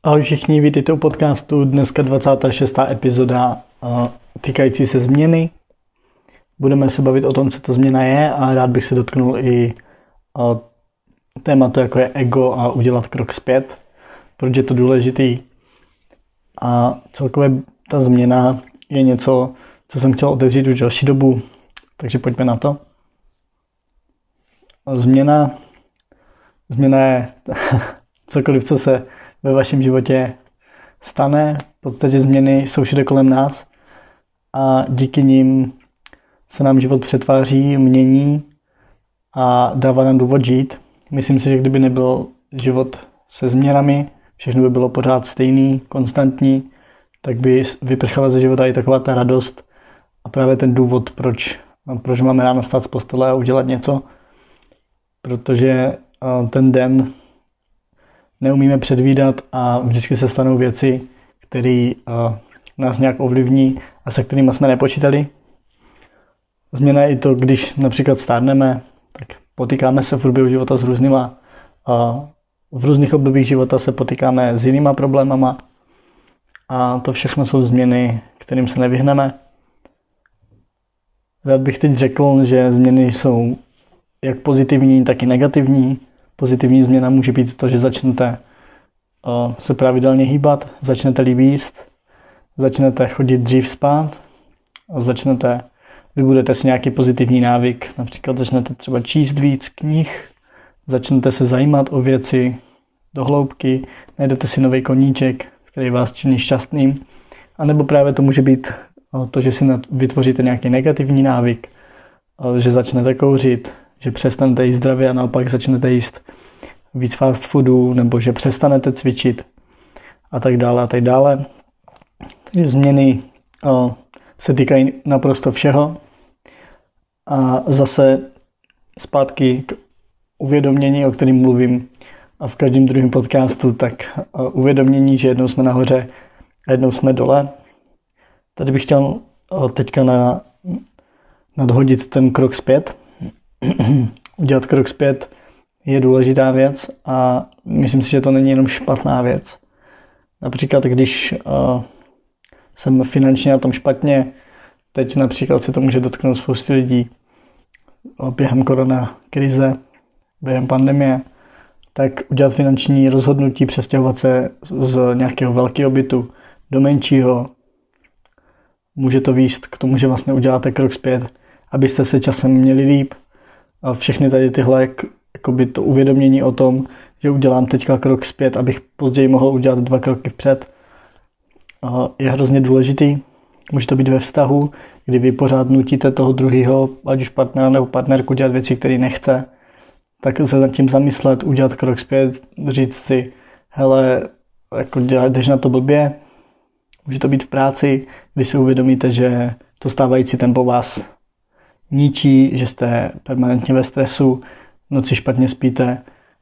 Ahoj všichni, vítejte u podcastu, dneska 26. epizoda týkající se změny. Budeme se bavit o tom, co to změna je a rád bych se dotknul i tématu, jako je ego a udělat krok zpět, proč je to důležitý. A celkově ta změna je něco, co jsem chtěl otevřít už delší dobu, takže pojďme na to. Změna je cokoliv, co se ve vašem životě stane. V podstatě změny jsou všude kolem nás a díky nim se nám život přetváří, mění a dává nám důvod žít. Myslím si, že kdyby nebyl život se změnami, všechno by bylo pořád stejný, konstantní, tak by vyprchala ze života i taková ta radost a právě ten důvod, proč máme ráno vstát z postele a udělat něco, protože ten den neumíme předvídat a vždycky se stanou věci, které nás nějak ovlivní a se kterými jsme nepočítali. Změna je i to, když například stárneme, tak potýkáme se v průběhu života s v různých obdobích života se potýkáme s jinýma problémama a to všechno jsou změny, kterým se nevyhneme. Rád bych teď řekl, že změny jsou jak pozitivní, tak i negativní. Pozitivní změna může být to, že začnete se pravidelně hýbat, začnete líp jíst, začnete chodit dřív spát, vybudete si nějaký pozitivní návyk, například začnete třeba číst víc knih, začnete se zajímat o věci do hloubky, najdete si nový koníček, který vás činí šťastným, anebo právě to může být to, že si vytvoříte nějaký negativní návyk, že začnete kouřit, že přestanete jíst zdravě a naopak začnete jíst víc fast foodů, nebo že přestanete cvičit a tak dále a tak dále. Takže změny se týkají naprosto všeho. A zase zpátky k uvědomění, o kterém mluvím a v každém druhém podcastu, tak uvědomění, že jednou jsme nahoře a jednou jsme dole. Tady bych chtěl teďka nadhodit ten krok zpět. Udělat krok zpět je důležitá věc a myslím si, že to není jenom špatná věc. Například, když jsem finančně na tom špatně, teď například se to může dotknout spousty lidí během korona krize, během pandemie, tak udělat finanční rozhodnutí, přestěhovat se z nějakého velkého bytu do menšího, může to vést k tomu, že vlastně uděláte krok zpět, abyste se časem měli líp. A všechny tady tyhle jakoby to uvědomění o tom, že udělám teďka krok zpět, abych později mohl udělat 2 kroky vpřed, je hrozně důležitý. Může to být ve vztahu, kdy vy pořád nutíte toho druhého, ať už partnera nebo partnerku, dělat věci, které nechce, tak se nad tím zamyslet, udělat krok zpět, říct si, hele, jako jdeš na to blbě. Může to být v práci, kdy si uvědomíte, že to stávající tempo vás ničí, že jste permanentně ve stresu, v noci špatně spíte,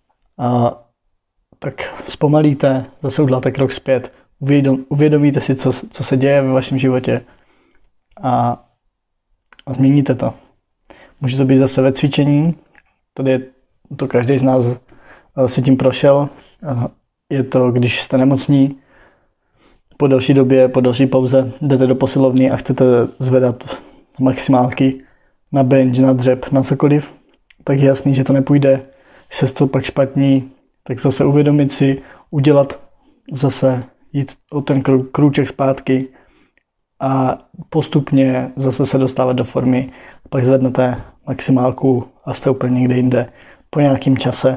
tak zpomalíte, zase uděláte krok zpět, uvědomíte si, co se děje ve vašem životě a změníte to. Může to být zase ve cvičení, to každý z nás si tím prošel, je to, když jste nemocní, po delší době, po delší pauze jdete do posilovny a chcete zvedat maximálky na bench, na dřep, na cokoliv, tak je jasný, že to nepůjde. Když se to pak špatní, tak zase uvědomit si, udělat zase, jít o ten krůček zpátky a postupně zase se dostávat do formy. Pak zvednete maximálku a jste úplně někde jinde po nějakém čase.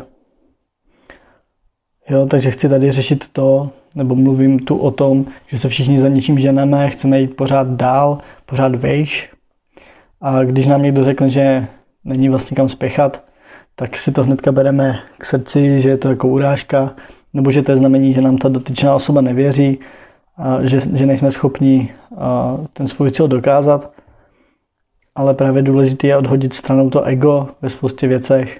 Jo, takže chci tady řešit to, nebo mluvím tu o tom, že se všichni za něčím ženeme, chceme jít pořád dál, pořád vejš. A když nám někdo řekne, že není vlastně kam spěchat, tak si to hnedka bereme k srdci, že je to jako urážka, nebo že to je znamení, že nám ta dotyčná osoba nevěří, a že nejsme schopni ten svůj cíl dokázat. Ale právě důležité je odhodit stranou to ego ve spoustě věcech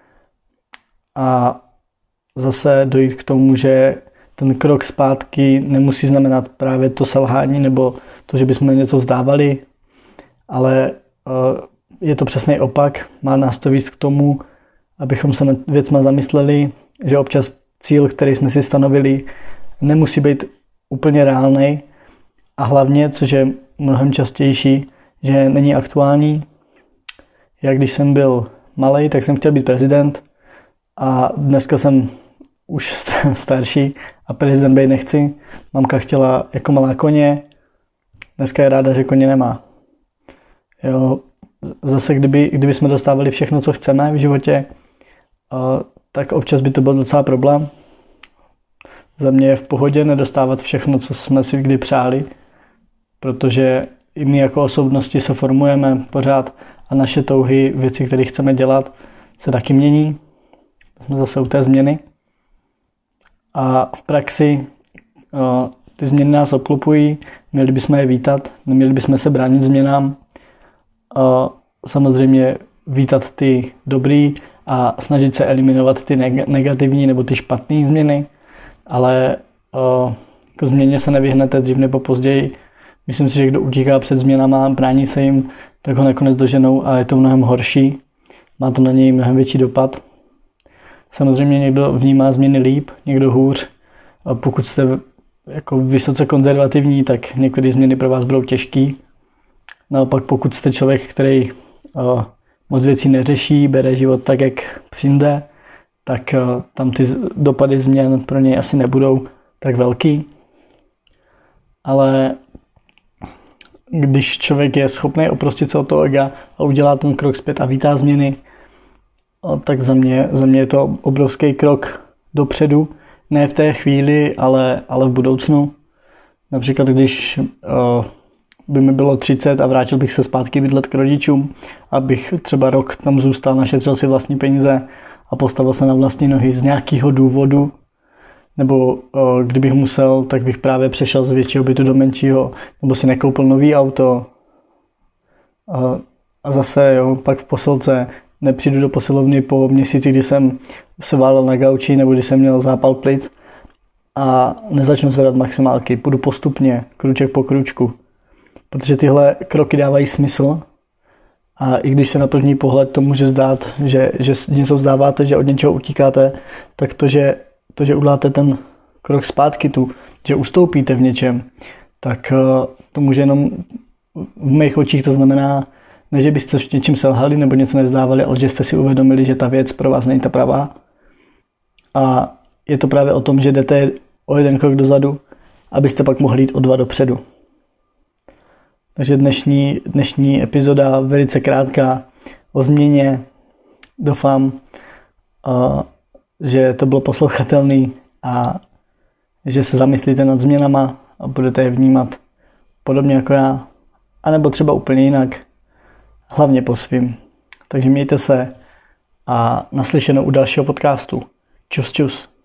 a zase dojít k tomu, že ten krok zpátky nemusí znamenat právě to selhání nebo to, že bychom něco vzdávali, ale je to přesný opak. Má nás to víc k tomu, abychom se nad věcma zamysleli, že občas cíl, který jsme si stanovili, nemusí být úplně reálnej a hlavně, což je mnohem častější, že není aktuální. Já když jsem byl malej, tak jsem chtěl být prezident a dneska jsem už starší a prezident být nechci. Mamka chtěla jako malá koně, dneska je ráda, že koně nemá. Jo, zase kdyby jsme dostávali všechno, co chceme v životě, tak občas by to byl docela problém. Za mě je v pohodě nedostávat všechno, co jsme si kdy přáli, protože i my jako osobnosti se formujeme pořád a naše touhy, věci, které chceme dělat, se taky mění. Jsme zase u té změny. A v praxi ty změny nás obklopují, měli bychom je vítat, neměli bychom se bránit změnám. Samozřejmě vítat ty dobrý a snažit se eliminovat ty negativní nebo ty špatné změny, ale k změně se nevyhnete dřív nebo později. Myslím si, že kdo utíká před změnama, brání se jim, tak ho nakonec doženou a je to mnohem horší. Má to na něj mnohem větší dopad. Samozřejmě někdo vnímá změny líp, někdo hůř. A pokud jste jako vysoce konzervativní, tak některé změny pro vás budou těžký. Naopak pokud jste člověk, který moc věcí neřeší, bere život tak, jak přijde, tak tam ty dopady změn pro něj asi nebudou tak velký. Ale když člověk je schopný oprostit se od toho ega a udělá ten krok zpět a vítá změny, tak za mě je to obrovský krok dopředu. Ne v té chvíli, ale v budoucnu. Například když by mi bylo 30 a vrátil bych se zpátky bydlet k rodičům, abych třeba rok tam zůstal, našetřil si vlastní peníze a postavil se na vlastní nohy z nějakého důvodu, nebo kdybych musel, tak bych právě přešel z většího bytu do menšího, nebo si nekoupil nový auto. A zase pak v posilce nepřijdu do posilovny po měsíci, kdy jsem se válel na gauči, nebo když jsem měl zápal plic a nezačnu zvedat maximálky. Půjdu postupně, kruček po kručku. Protože tyhle kroky dávají smysl a i když se na první pohled to může zdát, že něco vzdáváte, že od něčeho utíkáte, tak to, že uděláte ten krok zpátky, že ustoupíte v něčem, tak to může jenom v mých očích to znamená, ne, že byste v něčím selhali nebo něco nevzdávali, ale že jste si uvědomili, že ta věc pro vás není ta pravá. A je to právě o tom, že jdete o jeden krok dozadu, abyste pak mohli jít o 2 dopředu. Takže dnešní epizoda velice krátká o změně. Doufám, že to bylo poslouchatelný a že se zamyslíte nad změnama a budete je vnímat podobně jako já, anebo třeba úplně jinak, hlavně po svým. Takže mějte se a naslyšenou u dalšího podcastu. Čus, čus.